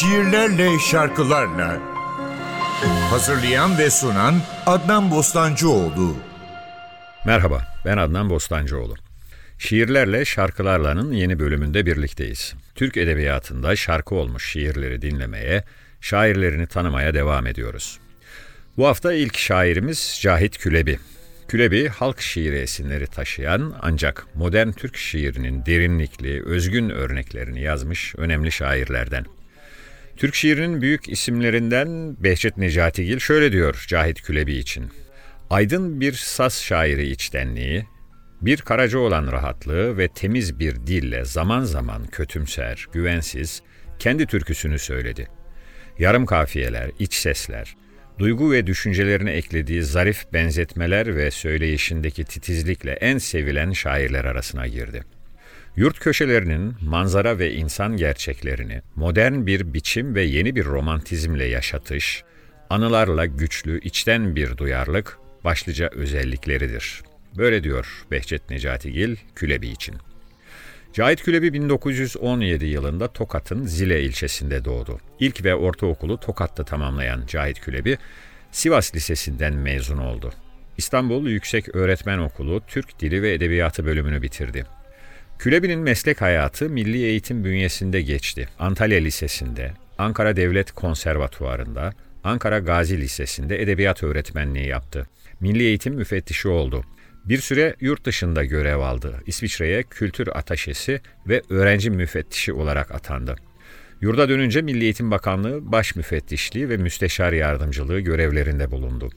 şiirlerle, şarkılarla. Hazırlayan ve sunan Adnan Bostancıoğlu. Merhaba, ben Adnan Bostancıoğlu. Şiirlerle, şarkılarla'nın yeni bölümünde birlikteyiz. Türk edebiyatında şarkı olmuş şiirleri dinlemeye, şairlerini tanımaya devam ediyoruz. Bu hafta ilk şairimiz Cahit Külebi. Külebi, halk şiiri esinleri taşıyan ancak modern Türk şiirinin derinlikli, özgün örneklerini yazmış önemli şairlerden. Türk şiirinin büyük isimlerinden Behçet Necatigil şöyle diyor Cahit Külebi için: aydın bir saz şairi içtenliği, bir Karacaoğlan rahatlığı ve temiz bir dille zaman zaman kötümser, güvensiz, kendi türküsünü söyledi. Yarım kafiyeler, iç sesler, duygu ve düşüncelerini eklediği zarif benzetmeler ve söyleyişindeki titizlikle en sevilen şairler arasına girdi. Yurt köşelerinin manzara ve insan gerçeklerini modern bir biçim ve yeni bir romantizmle yaşatış, anılarla güçlü, içten bir duyarlılık başlıca özellikleridir. Böyle diyor Behçet Necatigil Külebi için. Cahit Külebi 1917 yılında Tokat'ın Zile ilçesinde doğdu. İlk ve ortaokulu Tokat'ta tamamlayan Cahit Külebi, Sivas Lisesi'nden mezun oldu. İstanbul Yüksek Öğretmen Okulu Türk Dili ve Edebiyatı bölümünü bitirdi. Külebi'nin meslek hayatı milli eğitim bünyesinde geçti. Antalya Lisesi'nde, Ankara Devlet Konservatuvarı'nda, Ankara Gazi Lisesi'nde edebiyat öğretmenliği yaptı. Milli eğitim müfettişi oldu. Bir süre yurt dışında görev aldı. İsviçre'ye kültür ataşesi ve öğrenci müfettişi olarak atandı. Yurda dönünce Milli Eğitim Bakanlığı Baş Müfettişliği ve Müsteşar Yardımcılığı görevlerinde bulundu.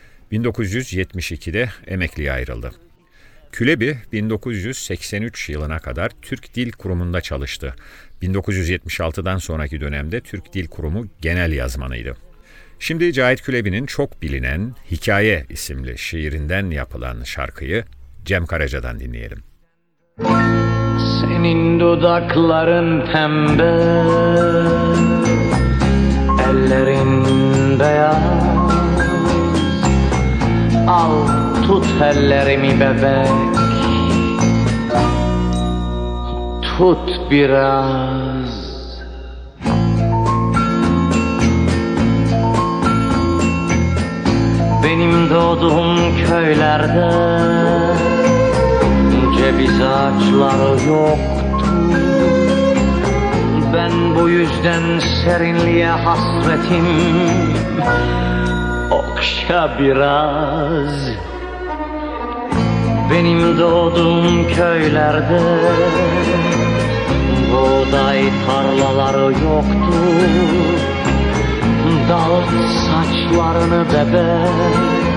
1972'de emekliye ayrıldı. Külebi 1983 yılına kadar Türk Dil Kurumu'nda çalıştı. 1976'dan sonraki dönemde Türk Dil Kurumu genel yazmanıydı. Şimdi Cahit Külebi'nin çok bilinen Hikaye isimli şiirinden yapılan şarkıyı Cem Karaca'dan dinleyelim. Senin dudakların pembe, ellerin beyaz. Al tut ellerimi bebek, tut biraz. Benim doğduğum köylerde ceviz ağaçları yoktu. Ben bu yüzden serinliğe hasretim. Okşa biraz. Benim doğduğum köylerde buğday tarlaları yoktu. Dağıt saçlarını bebek,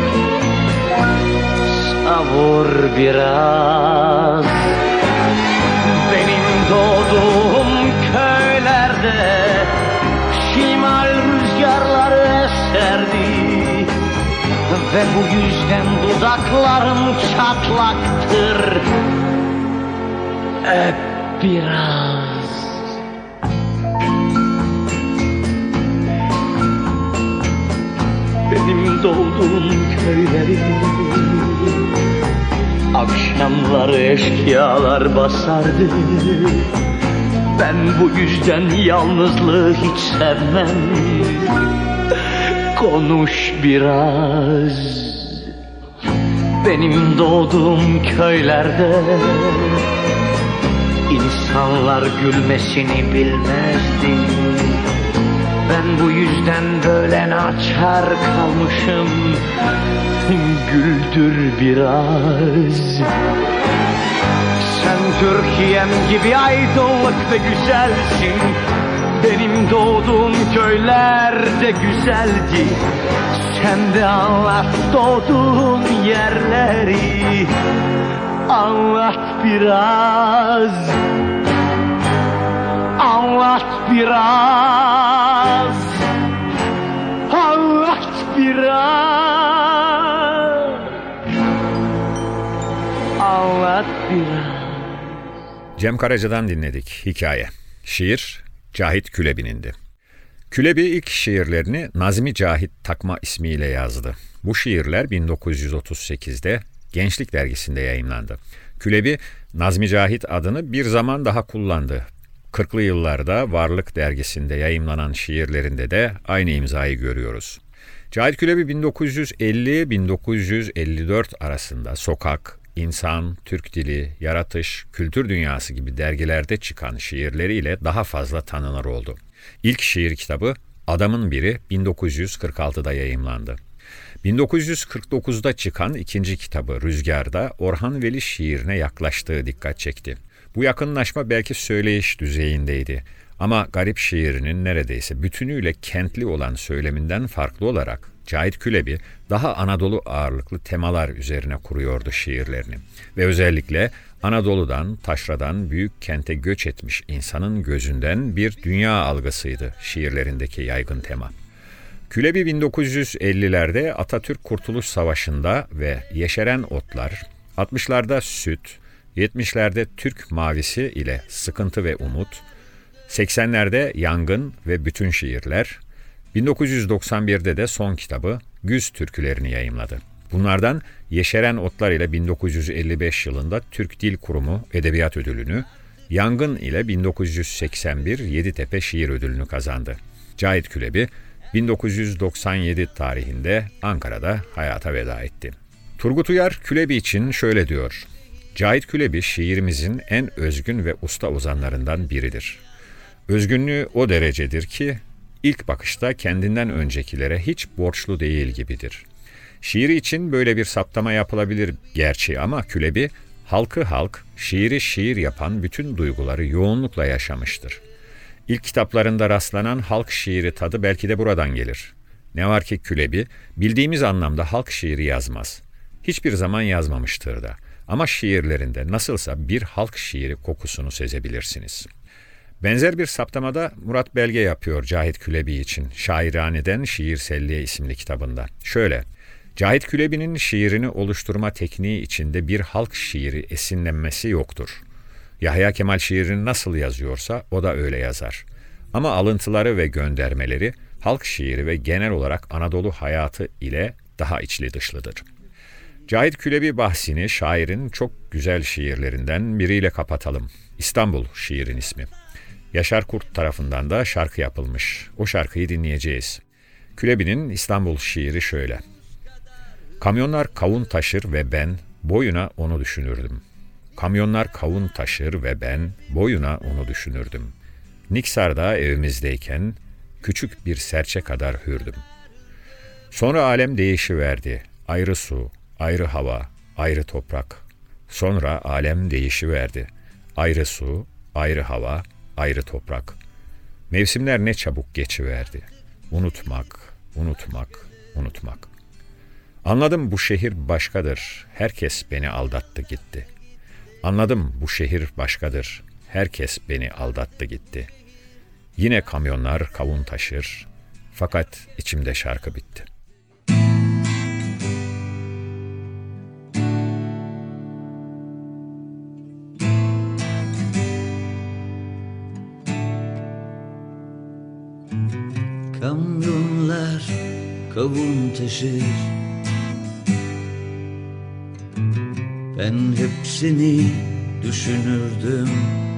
savur biraz. Benim doğduğum köylerde şimal rüzgarları eserdi ve bu yüzden dudaklarım çatlaktır. Öp biraz. Benim doğduğum köyleri akşamları eşkıyalar basardı. Ben bu yüzden yalnızlığı hiç sevmem. Konuş biraz. Benim doğduğum köylerde insanlar gülmesini bilmezdi. Ben bu yüzden böyle naçar kalmışım. Güldür biraz. Sen Türkiye'm gibi aydınlık ve güzelsin. Benim doğduğum köyler de güzeldi. Sen de anlat doğduğun yerleri. Anlat biraz. Anlat biraz. Anlat biraz. Anlat biraz. Cem Karaca'dan dinledik Hikaye. Şiir Cahit Külebi'nindi. Külebi ilk şiirlerini Nazmi Cahit Takma ismiyle yazdı. Bu şiirler 1938'de Gençlik Dergisi'nde yayımlandı. Külebi, Nazmi Cahit adını bir zaman daha kullandı. 40'lı yıllarda Varlık dergisinde yayımlanan şiirlerinde de aynı imzayı görüyoruz. Cahit Külebi 1950-1954 arasında Sokak, İnsan, Türk Dili, Yaratış, Kültür Dünyası gibi dergilerde çıkan şiirleriyle daha fazla tanınır oldu. İlk şiir kitabı Adamın Biri 1946'da yayımlandı. 1949'da çıkan ikinci kitabı Rüzgar'da Orhan Veli şiirine yaklaştığı dikkat çekti. Bu yakınlaşma belki söyleyiş düzeyindeydi ama Garip şiirinin neredeyse bütünüyle kentli olan söyleminden farklı olarak Cahit Külebi daha Anadolu ağırlıklı temalar üzerine kuruyordu şiirlerini ve özellikle Anadolu'dan, taşradan büyük kente göç etmiş insanın gözünden bir dünya algısıydı şiirlerindeki yaygın tema. Külebi 1950'lerde Atatürk Kurtuluş Savaşı'nda ve Yeşeren Otlar, 60'larda Süt, 70'lerde Türk Mavisi ile Sıkıntı ve Umut, 80'lerde Yangın ve Bütün Şiirler, 1991'de de son kitabı Güz Türkülerini yayımladı. Bunlardan Yeşeren Otlar ile 1955 yılında Türk Dil Kurumu Edebiyat Ödülünü, Yangın ile 1981 Yeditepe Şiir Ödülünü kazandı. Cahit Külebi 1997 tarihinde Ankara'da hayata veda etti. Turgut Uyar Külebi için şöyle diyor: Cahit Külebi şiirimizin en özgün ve usta ozanlarından biridir. Özgünlüğü o derecedir ki ilk bakışta kendinden öncekilere hiç borçlu değil gibidir. Şiiri için böyle bir saptama yapılabilir gerçi ama Külebi halkı halk, şiiri şiir yapan bütün duyguları yoğunlukla yaşamıştır. İlk kitaplarında rastlanan halk şiiri tadı belki de buradan gelir. Ne var ki Külebi bildiğimiz anlamda halk şiiri yazmaz. Hiçbir zaman yazmamıştır da. Ama şiirlerinde nasılsa bir halk şiiri kokusunu sezebilirsiniz. Benzer bir saptamada Murat Belge yapıyor Cahit Külebi için Şairaneden Şiirselliğe isimli kitabında. Şöyle: Cahit Külebi'nin şiirini oluşturma tekniği içinde bir halk şiiri esinlenmesi yoktur. Yahya Kemal şiirini nasıl yazıyorsa o da öyle yazar. Ama alıntıları ve göndermeleri halk şiiri ve genel olarak Anadolu hayatı ile daha içli dışlıdır. Cahit Külebi bahsini şairin çok güzel şiirlerinden biriyle kapatalım. İstanbul şiirin ismi. Yaşar Kurt tarafından da şarkı yapılmış. O şarkıyı dinleyeceğiz. Külebi'nin İstanbul şiiri şöyle: Kamyonlar kavun taşır ve ben boyuna onu düşünürdüm. Kamyonlar kavun taşır ve ben boyuna onu düşünürdüm. Niksar'da evimizdeyken küçük bir serçe kadar hürdüm. Sonra alem değişiverdi. Ayrı su, ayrı hava, ayrı toprak. Sonra alem değişiverdi. Ayrı su, ayrı hava, ayrı toprak. Mevsimler ne çabuk geçiverdi. Unutmak, unutmak, unutmak. Anladım bu şehir başkadır. Herkes beni aldattı gitti. Anladım bu şehir başkadır. Herkes beni aldattı gitti. Yine kamyonlar kavun taşır. Fakat içimde şarkı bitti. Kamyonlar kavun taşır, ben hepsini düşünürdüm.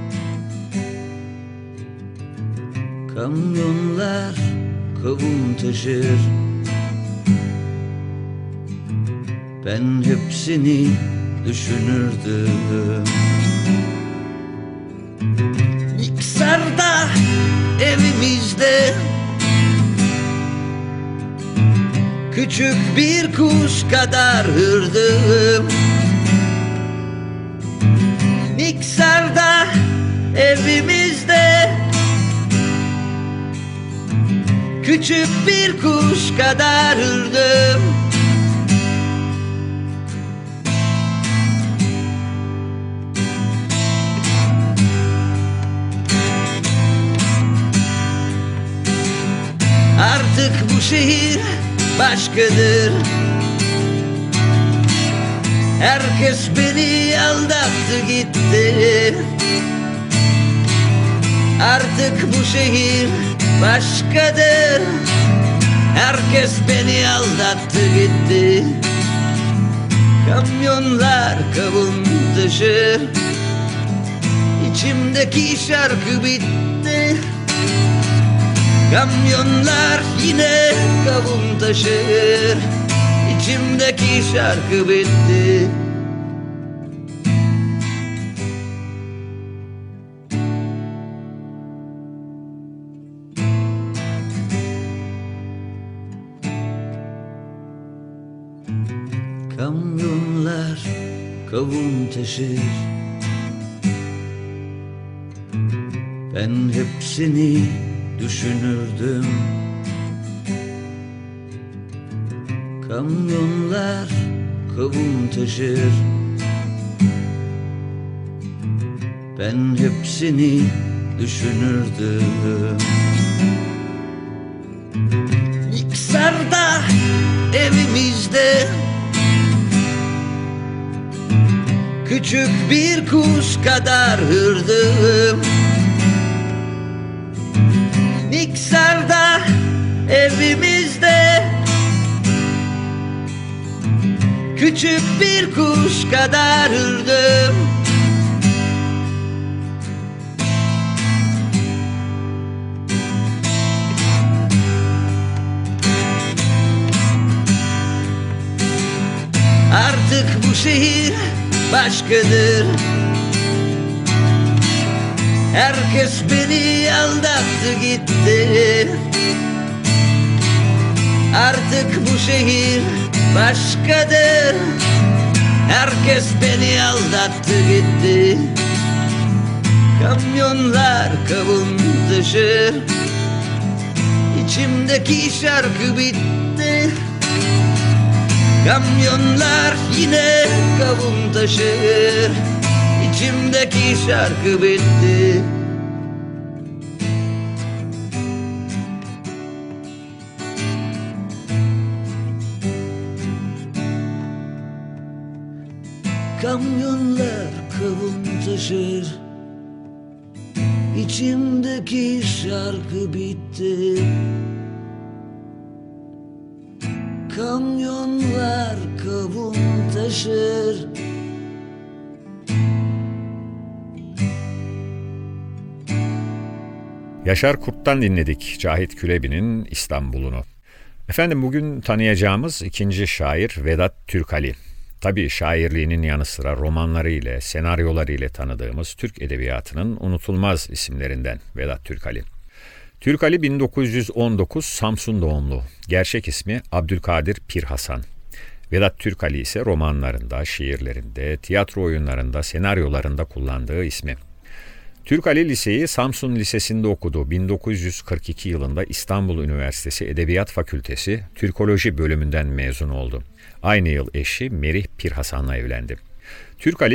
Kamyonlar kavun taşır, ben hepsini düşünürdüm. Niksar'da evimizde küçük bir kuş kadar hürdüm. Niksar'da evimizde küçük bir kuş kadar hürdüm. Artık bu şehir başkadır. Herkes beni aldattı gitti. Artık bu şehir başkadır. Herkes beni aldattı gitti. Kamyonlar kavun taşır, İçimdeki şarkı bitti. Kamyonlar yine kavun taşır. İçimdeki şarkı bitti. Kamyonlar kavun taşır. Ben hepsini düşünürdüm. Kamyonlar kavun taşır. Ben hepsini düşünürdüm. Niksar'da evimizde küçük bir kuş kadar hırdım. Niksar'da evimizde küçük bir kuş kadar hırdım. Artık bu şehir başkadır. Herkes beni aldattı gitti. Artık bu şehir başkadır. Herkes beni aldattı gitti. Kamyonlar kavun taşır. İçimdeki şarkı bitti. Kamyonlar yine kavun taşır. İçimdeki şarkı bitti. Kamyonlar kavun taşır. İçimdeki şarkı bitti. Kamyonlar kavun taşır. Yaşar Kurt'tan dinledik Cahit Külebi'nin İstanbul'unu. Efendim bugün tanıyacağımız ikinci şair Vedat Türkali. Tabii şairliğinin yanı sıra romanları ile, senaryoları ile tanıdığımız Türk edebiyatının unutulmaz isimlerinden Vedat Türkali. Türkali 1919 Samsun doğumlu. Gerçek ismi Abdülkadir Pirhasan. Vedat Türkali ise romanlarında, şiirlerinde, tiyatro oyunlarında, senaryolarında kullandığı ismi. Türkali liseyi Samsun Lisesi'nde okudu. 1942 yılında İstanbul Üniversitesi Edebiyat Fakültesi Türkoloji bölümünden mezun oldu. Aynı yıl eşi Merih Pirhasan'la evlendi. Türkali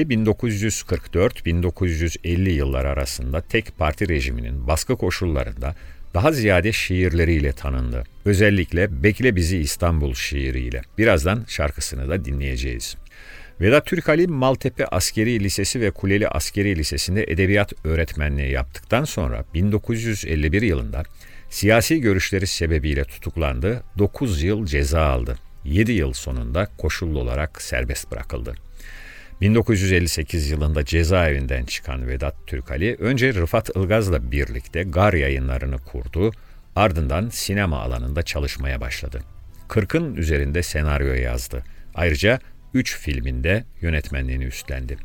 1944-1950 yılları arasında tek parti rejiminin baskı koşullarında daha ziyade şiirleriyle tanındı. Özellikle Bekle Bizi İstanbul şiiriyle. Birazdan şarkısını da dinleyeceğiz. Vedat Türkali Maltepe Askeri Lisesi ve Kuleli Askeri Lisesi'nde edebiyat öğretmenliği yaptıktan sonra 1951 yılında siyasi görüşleri sebebiyle tutuklandı, 9 yıl ceza aldı. 7 yıl sonunda koşullu olarak serbest bırakıldı. 1958 yılında cezaevinden çıkan Vedat Türkali önce Rıfat Ilgaz'la birlikte Gar yayınlarını kurdu, ardından sinema alanında çalışmaya başladı. 40'ın üzerinde senaryo yazdı. Ayrıca 3 filminde yönetmenliğini üstlendi.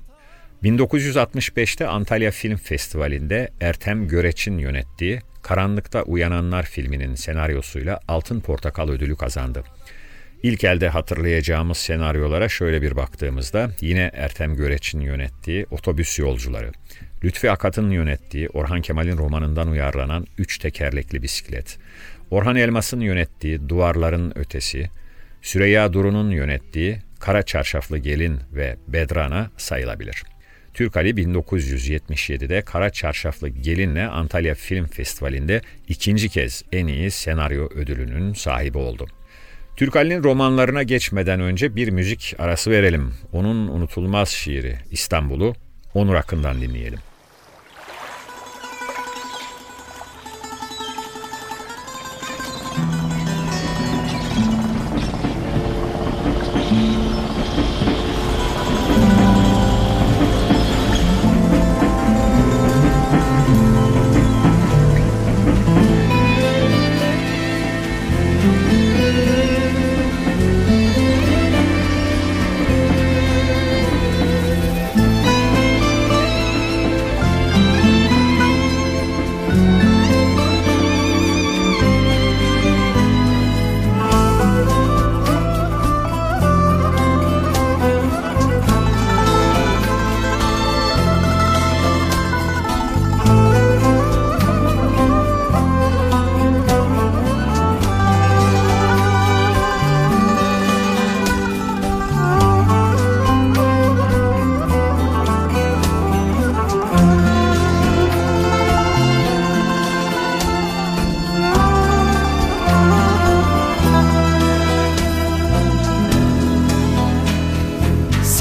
1965'te Antalya Film Festivali'nde Ertem Göreç'in yönettiği Karanlıkta Uyananlar filminin senaryosuyla Altın Portakal ödülü kazandı. İlk elde hatırlayacağımız senaryolara şöyle bir baktığımızda yine Ertem Göreç'in yönettiği Otobüs Yolcuları, Lütfi Akat'ın yönettiği Orhan Kemal'in romanından uyarlanan Üç Tekerlekli Bisiklet, Orhan Elmas'ın yönettiği Duvarların Ötesi, Süreyya Duru'nun yönettiği Kara Çarşaflı Gelin ve Bedran'a sayılabilir. Türkali 1977'de Kara Çarşaflı Gelin'le Antalya Film Festivali'nde ikinci kez en iyi senaryo ödülünün sahibi oldu. Türkali'nin romanlarına geçmeden önce bir müzik arası verelim. Onun unutulmaz şiiri İstanbul'u Onur Akın'dan dinleyelim.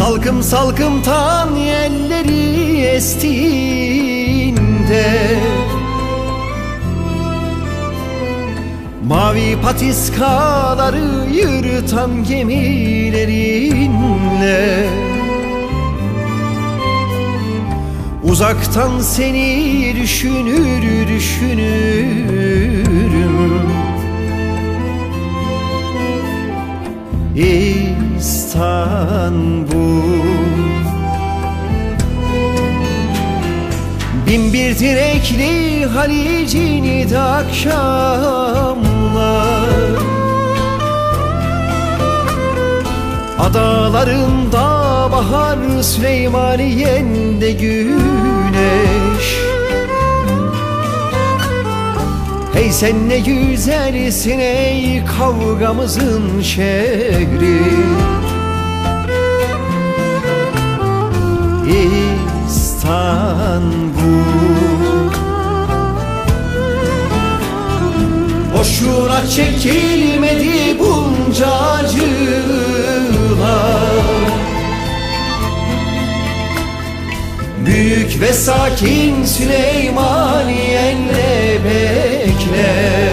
Salkım salkım tan yelleri estiğinde, mavi patiskaları yırtan gemilerinle, uzaktan seni düşünür düşünürüm. İstanbul, bin bir direkli Halic'in de akşamlar, adalarında bahar, Süleymaniye'nde güneş. Hey sen ne güzelsin ey kavgamızın şehri, İstanbul. Boşuna çekilmedi bunca acılar, büyük ve sakin Süleymaniye'nle bekle.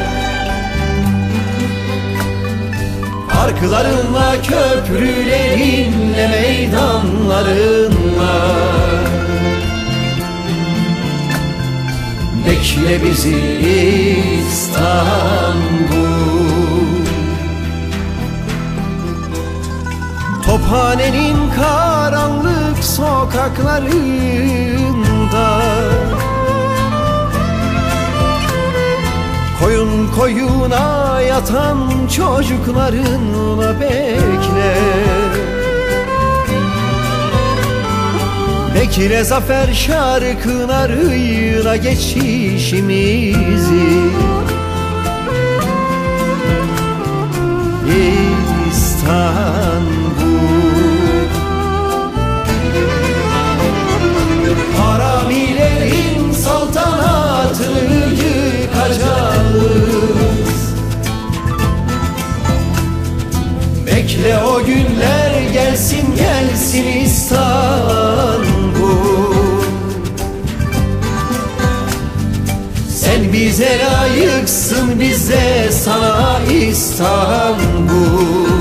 Parklarınla, köprülerinle, meydanlarınla bekle bizi İstanbul. Tophane'nin karanlık sokaklarında, koyun koyuna yatan çocuklarınla bekle. Bekle zafer şarkılarıyla geçişimizi. İstanbul, haramilerin saltanatını yıkacağız. Bekle o günler gelsin gelsin İstanbul. Sen bize layıksın, biz de sana İstanbul.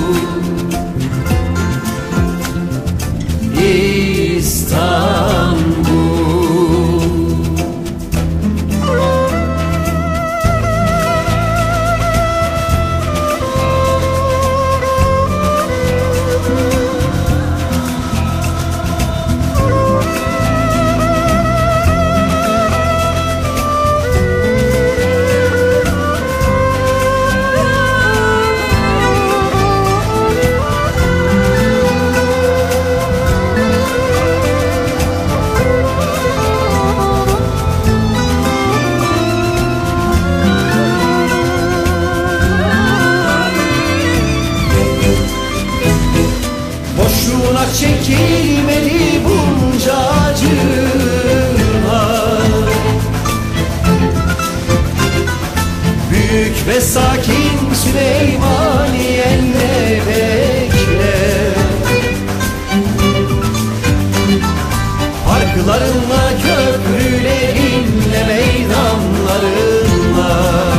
İstanbul. Çekilmeli bunca acılar, büyük ve sakin Süleymaniye'nle bekle. Parklarınla, köprülerinle, meydanlarınla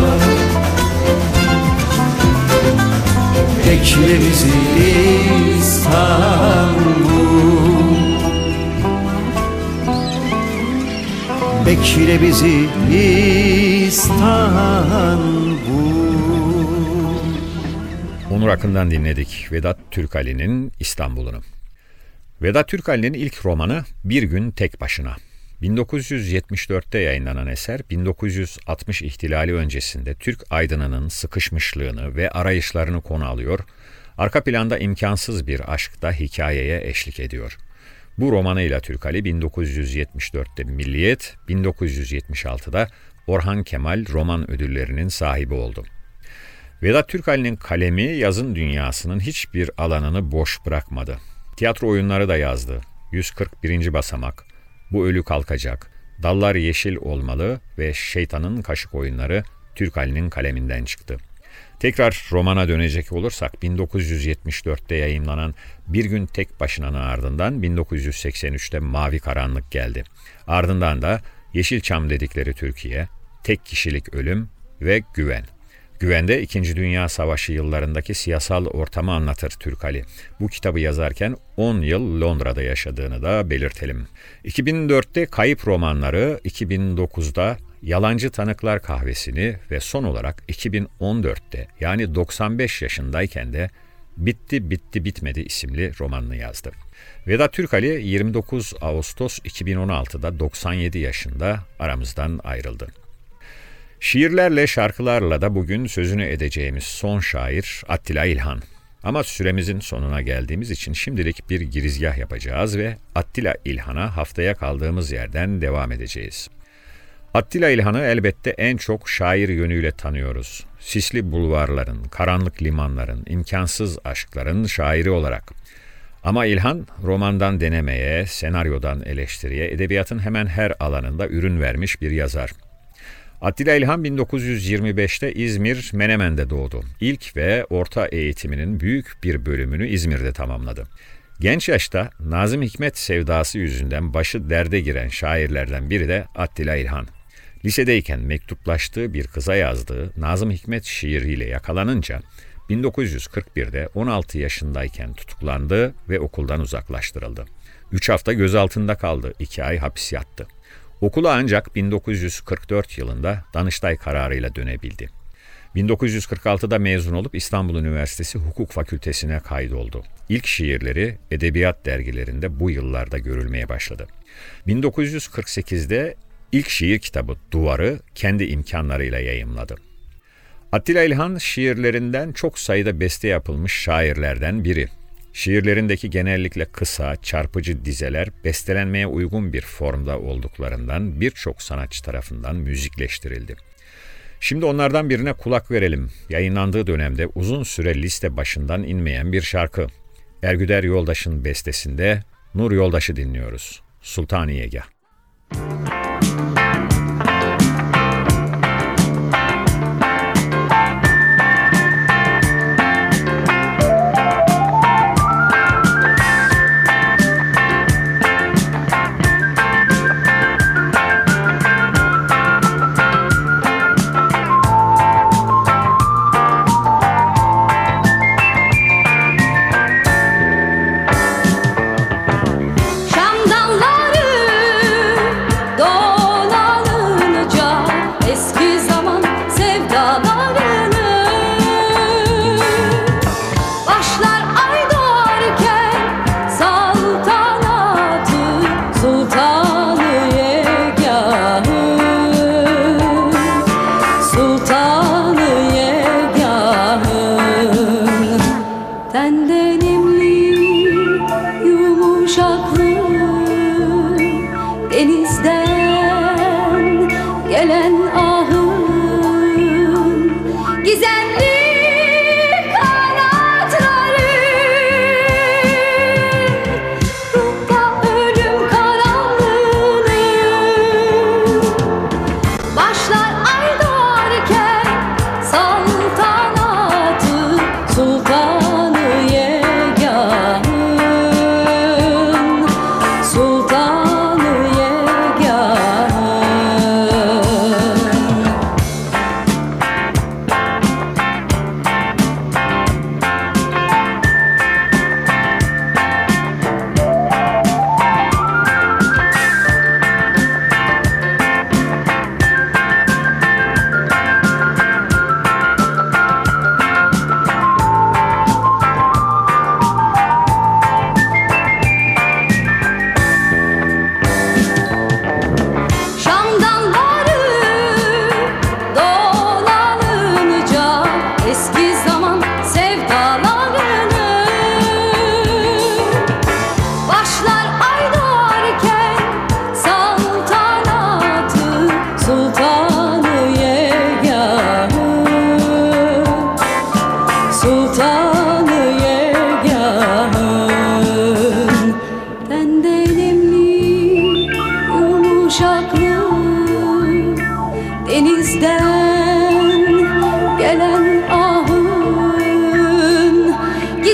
bekle bizi İstanbul. Bekle bizi İstanbul. Onur Akın'dan dinledik Vedat Türkali'nin İstanbul'unu. Vedat Türkali'nin ilk romanı Bir Gün Tek Başına. 1974'te yayınlanan eser, 1960 ihtilali öncesinde Türk aydınının sıkışmışlığını ve arayışlarını konu alıyor, arka planda imkansız bir aşk da hikayeye eşlik ediyor. Bu romanıyla Türkali 1974'te Milliyet, 1976'da Orhan Kemal roman ödüllerinin sahibi oldu. Vedat Türkali'nin kalemi yazın dünyasının hiçbir alanını boş bırakmadı. Tiyatro oyunları da yazdı. 141. Basamak, Bu Ölü Kalkacak, Dallar Yeşil Olmalı ve Şeytanın Kaşık oyunları Türkali'nin kaleminden çıktı. Tekrar romana dönecek olursak 1974'te yayımlanan Bir Gün Tek Başına'nın ardından 1983'te Mavi Karanlık geldi. Ardından da Yeşilçam dedikleri Türkiye, Tek Kişilik Ölüm ve Güven. Güven'de 2. Dünya Savaşı yıllarındaki siyasal ortamı anlatır Türkali. Bu kitabı yazarken 10 yıl Londra'da yaşadığını da belirtelim. 2004'te Kayıp Romanları, 2009'da Yalancı Tanıklar Kahvesi'ni ve son olarak 2014'te yani 95 yaşındayken de Bitti Bitti Bitmedi isimli romanını yazdı. Vedat Türkali 29 Ağustos 2016'da 97 yaşında aramızdan ayrıldı. Şiirlerle, şarkılarla da bugün sözünü edeceğimiz son şair Attila İlhan. Ama süremizin sonuna geldiğimiz için şimdilik bir girizgah yapacağız ve Attila İlhan'a haftaya kaldığımız yerden devam edeceğiz. Attila İlhan'ı elbette en çok şair yönüyle tanıyoruz. Sisli bulvarların, karanlık limanların, imkansız aşkların şairi olarak. Ama İlhan romandan denemeye, senaryodan eleştiriye, edebiyatın hemen her alanında ürün vermiş bir yazar. Attila İlhan 1925'te İzmir Menemen'de doğdu. İlk ve orta eğitiminin büyük bir bölümünü İzmir'de tamamladı. Genç yaşta Nazım Hikmet sevdası yüzünden başı derde giren şairlerden biri de Attila İlhan. Lisedeyken mektuplaştığı bir kıza yazdığı Nazım Hikmet şiiriyle yakalanınca 1941'de 16 yaşındayken tutuklandı ve okuldan uzaklaştırıldı. 3 hafta gözaltında kaldı, 2 ay hapis yattı. Okula ancak 1944 yılında Danıştay kararıyla dönebildi. 1946'da mezun olup İstanbul Üniversitesi Hukuk Fakültesine kaydoldu. İlk şiirleri edebiyat dergilerinde bu yıllarda görülmeye başladı. 1948'de ilk şiir kitabı Duvar'ı kendi imkanlarıyla yayımladı. Attila İlhan şiirlerinden çok sayıda beste yapılmış şairlerden biri. Şiirlerindeki genellikle kısa, çarpıcı dizeler bestelenmeye uygun bir formda olduklarından birçok sanatçı tarafından müzikleştirildi. Şimdi onlardan birine kulak verelim. Yayınlandığı dönemde uzun süre liste başından inmeyen bir şarkı. Ergüder Yoldaş'ın bestesinde Nur Yoldaş'ı dinliyoruz. Sultaniyegah. Denizden gelen ahın gizemli kanatları, ruhta ölüm karanlığını başlar ay doğarken saltanatı sultanı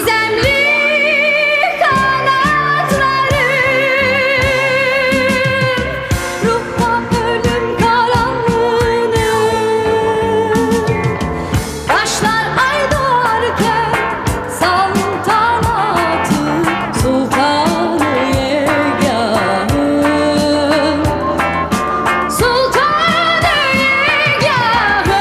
gizemli kanatlarım. Ruhta ölüm karanlığını, başlar ay doğarken saltanatı sultanı yegâhım, sultanı yegâhım.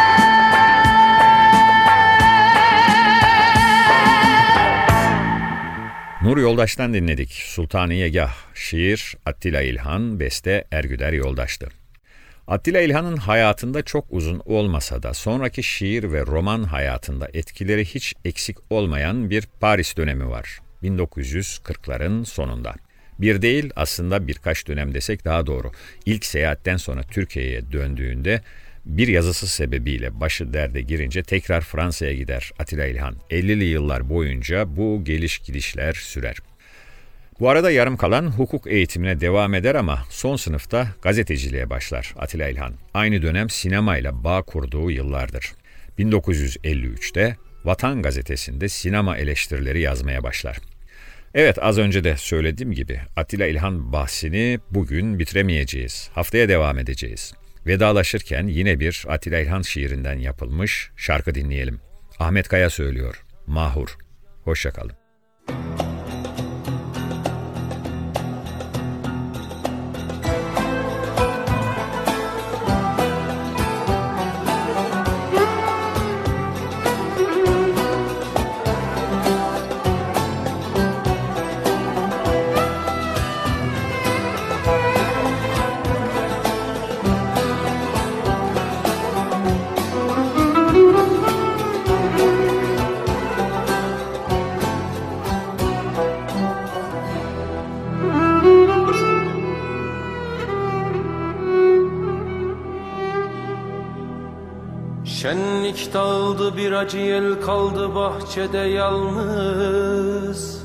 Nur Yoldaş'tan dinledik. Sultan-ı Yegâh. Şiir Attila İlhan, beste Ergüder Yoldaş'tı. Attila İlhan'ın hayatında çok uzun olmasa da sonraki şiir ve roman hayatında etkileri hiç eksik olmayan bir Paris dönemi var. 1940'ların sonunda. Bir değil, aslında birkaç dönem desek daha doğru. İlk seyahatten sonra Türkiye'ye döndüğünde bir yazısı sebebiyle başı derde girince tekrar Fransa'ya gider Attila İlhan. 50'li yıllar boyunca bu geliş gidişler sürer. Bu arada yarım kalan hukuk eğitimine devam eder ama son sınıfta gazeteciliğe başlar Attila İlhan. Aynı dönem sinemayla bağ kurduğu yıllardır. 1953'te Vatan Gazetesi'nde sinema eleştirileri yazmaya başlar. Evet, az önce de söylediğim gibi Attila İlhan bahsini bugün bitiremeyeceğiz. Haftaya devam edeceğiz. Vedalaşırken yine bir Attila İlhan şiirinden yapılmış şarkı dinleyelim. Ahmet Kaya söylüyor. Mahur. Hoşça kalın. Şenlik dağıldı, bir acı yel kaldı bahçede yalnız.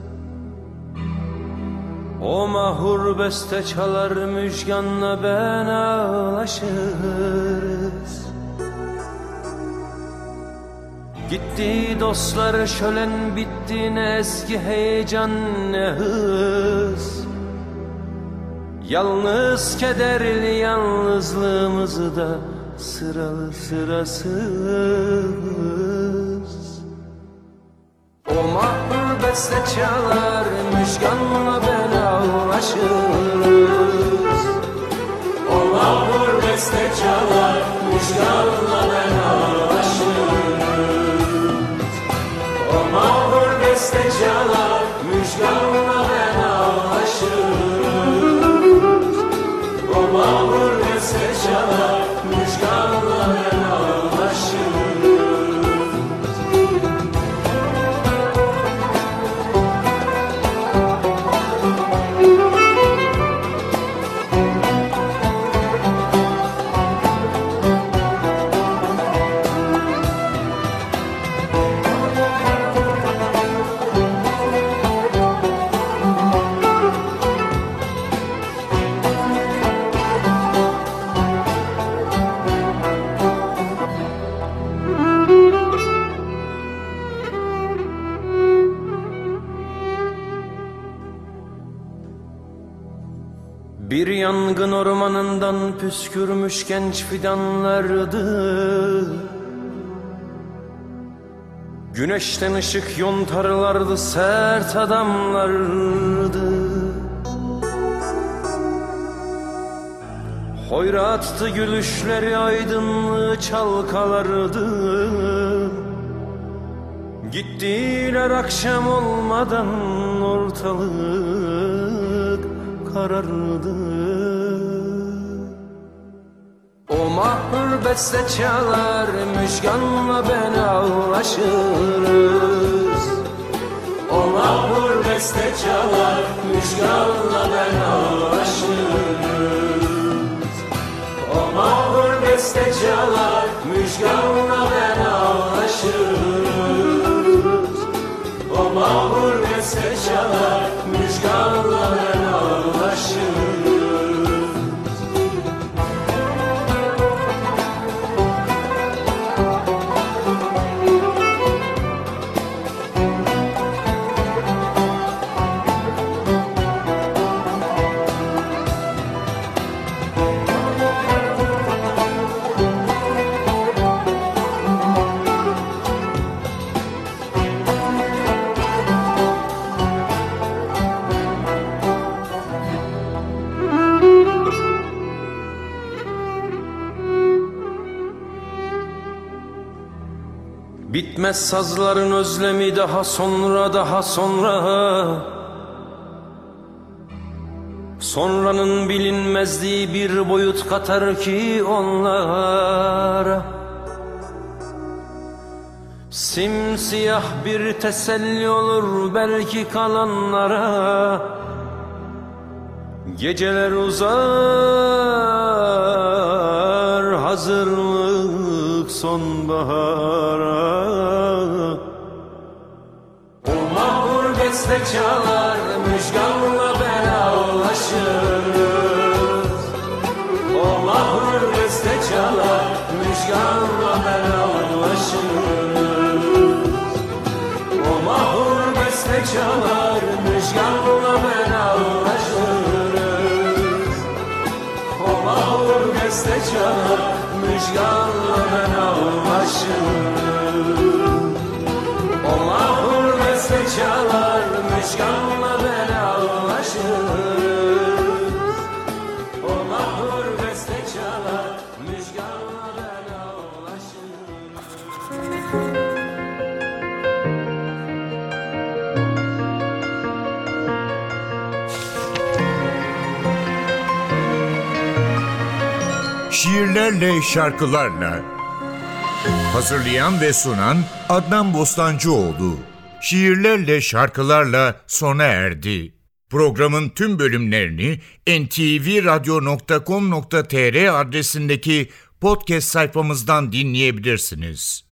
O mahur beste çalar, müjganla ben ağlaşırız. Gitti dostlar, şölen bitti, ne eski heyecan ne hız. Yalnız kederli yalnızlığımızı da sıralı sırasız. O mahur beste çalar, müjganla ben ağlaşırız. O mahur beste çalar, müjganla ben ağlaşırız. O mahur beste çalar, müjganla ben ağlaşırız. O mahur beste çalar, müjganla ben ağlaşırız. Bir yangın ormanından püskürmüş genç fidanlardı. Güneşten ışık yontarlardı, sert adamlardı. Hoyrattı gülüşleri, aydınlığı çalkalardı. Gittiler akşam olmadan, ortalık karardı. O mahur beste çalar, müjganla ben ağlaşırız. O mahur beste çalar, müjganla ben ağlaşırız. O mahur beste çalar, müjganla ben ağlaşırız. O mahur beste çalar, müjganla ben ağlaşırız. Bitmez sazların özlemi daha sonra daha sonra. Sonranın bilinmezliği bir boyut katar ki onlara. Simsiyah bir teselli olur belki kalanlara. Geceler uzar, hazırlık sonbahara. O mahur beste çalar, müjganla belalaşırız. O mahur beste çalar, müjganla belalaşırız. O mahur beste çalar, müjganla belalaşırız. O mahur beste çalar, müjganla belalaşırız. O mahur beste çalar, müjganla belalaşırız. O mahur beste çalar, müjganla belalaşırız. Şiirlerle, şarkılarla. Hazırlayan ve sunan Adnan Bostancıoğlu. Şiirlerle, şarkılarla sona erdi. Programın tüm bölümlerini ntvradio.com.tr adresindeki podcast sayfamızdan dinleyebilirsiniz.